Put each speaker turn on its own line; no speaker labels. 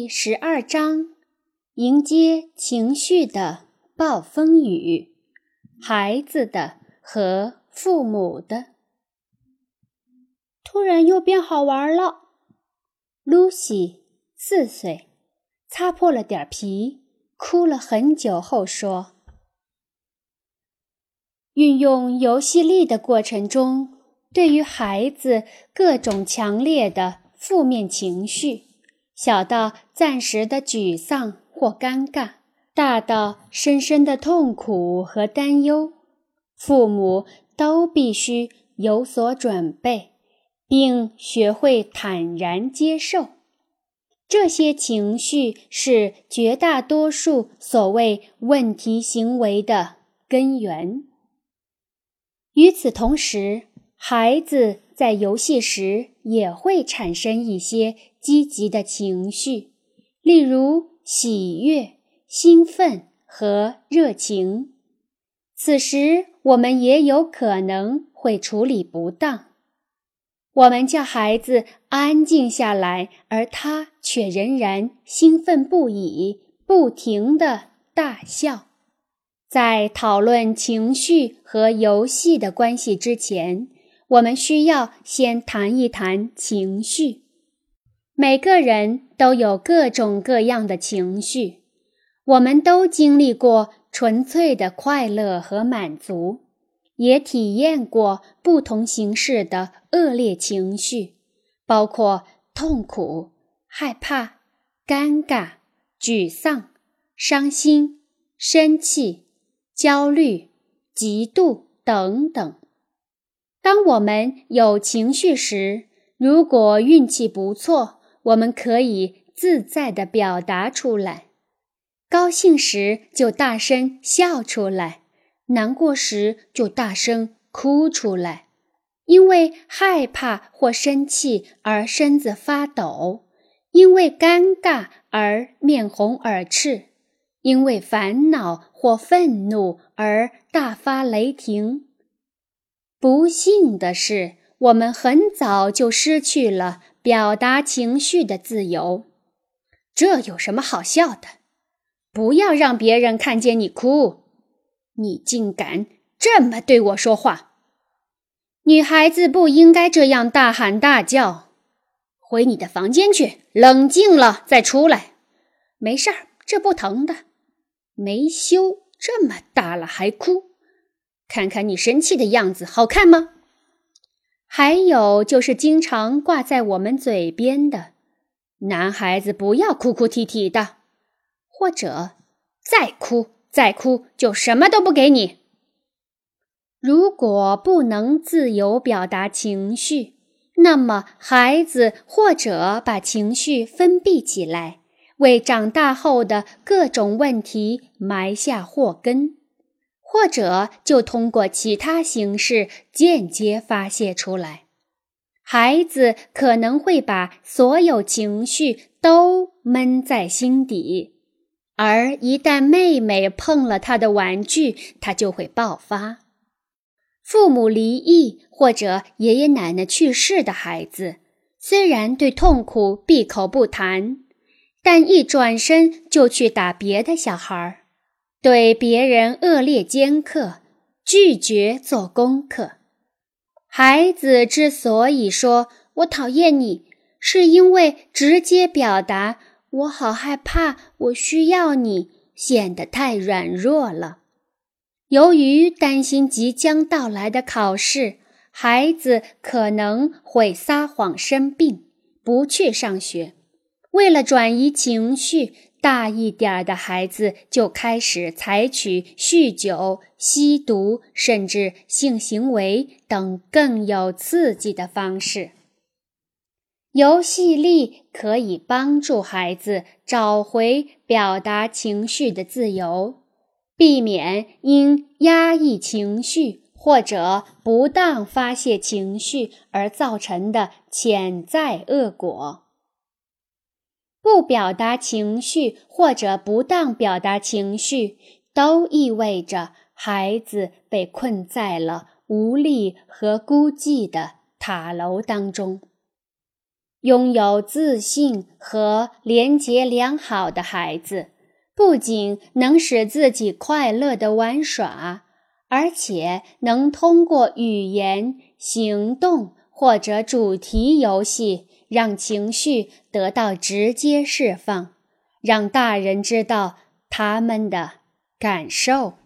12章，迎接情绪的暴风雨，孩子的和父母的。突然又变好玩了。Lucy 4岁，擦破了点皮，哭了很久后说，运用游戏力的过程中，对于孩子各种强烈的负面情绪，小到暂时的沮丧或尴尬，大到深深的痛苦和担忧，父母都必须有所准备，并学会坦然接受。这些情绪是绝大多数所谓问题行为的根源。与此同时，孩子在游戏时也会产生一些积极的情绪，例如喜悦、兴奋和热情。此时我们也有可能会处理不当。我们叫孩子安静下来，而他却仍然兴奋不已，不停地大笑。在讨论情绪和游戏的关系之前，我们需要先谈一谈情绪。每个人都有各种各样的情绪，我们都经历过纯粹的快乐和满足，也体验过不同形式的恶劣情绪，包括痛苦、害怕、尴尬、沮丧、伤心、生气、焦虑、嫉妒等等。当我们有情绪时，如果运气不错，我们可以自在地表达出来。高兴时就大声笑出来，难过时就大声哭出来。因为害怕或生气而身子发抖，因为尴尬而面红耳赤，因为烦恼或愤怒而大发雷霆。不幸的是，我们很早就失去了表达情绪的自由。这有什么好笑的？不要让别人看见你哭。你竟敢这么对我说话！女孩子不应该这样大喊大叫。回你的房间去，冷静了再出来。没事儿，这不疼的。没羞，这么大了还哭。看看你生气的样子，好看吗？还有就是经常挂在我们嘴边的，男孩子不要哭哭啼啼的，或者再哭就什么都不给你。如果不能自由表达情绪，那么孩子或者把情绪封闭起来，为长大后的各种问题埋下祸根，或者就通过其他形式间接发泄出来。孩子可能会把所有情绪都闷在心底，而一旦妹妹碰了他的玩具，他就会爆发。父母离异或者爷爷奶奶去世的孩子，虽然对痛苦闭口不谈，但一转身就去打别的小孩，对别人恶劣尖刻，拒绝做功课。孩子之所以说我讨厌你，是因为直接表达我好害怕，我需要你，显得太软弱了。由于担心即将到来的考试，孩子可能会撒谎生病，不去上学。为了转移情绪，大一点的孩子就开始采取酗酒、吸毒，甚至性行为等更有刺激的方式。游戏力可以帮助孩子找回表达情绪的自由，避免因压抑情绪或者不当发泄情绪而造成的潜在恶果。不表达情绪或者不当表达情绪，都意味着孩子被困在了无力和孤寂的塔楼当中。 拥有自信和连结良好的孩子，不仅能使自己快乐地玩耍，而且能通过语言、行动或者主题游戏让情绪得到直接释放，让大人知道他们的感受。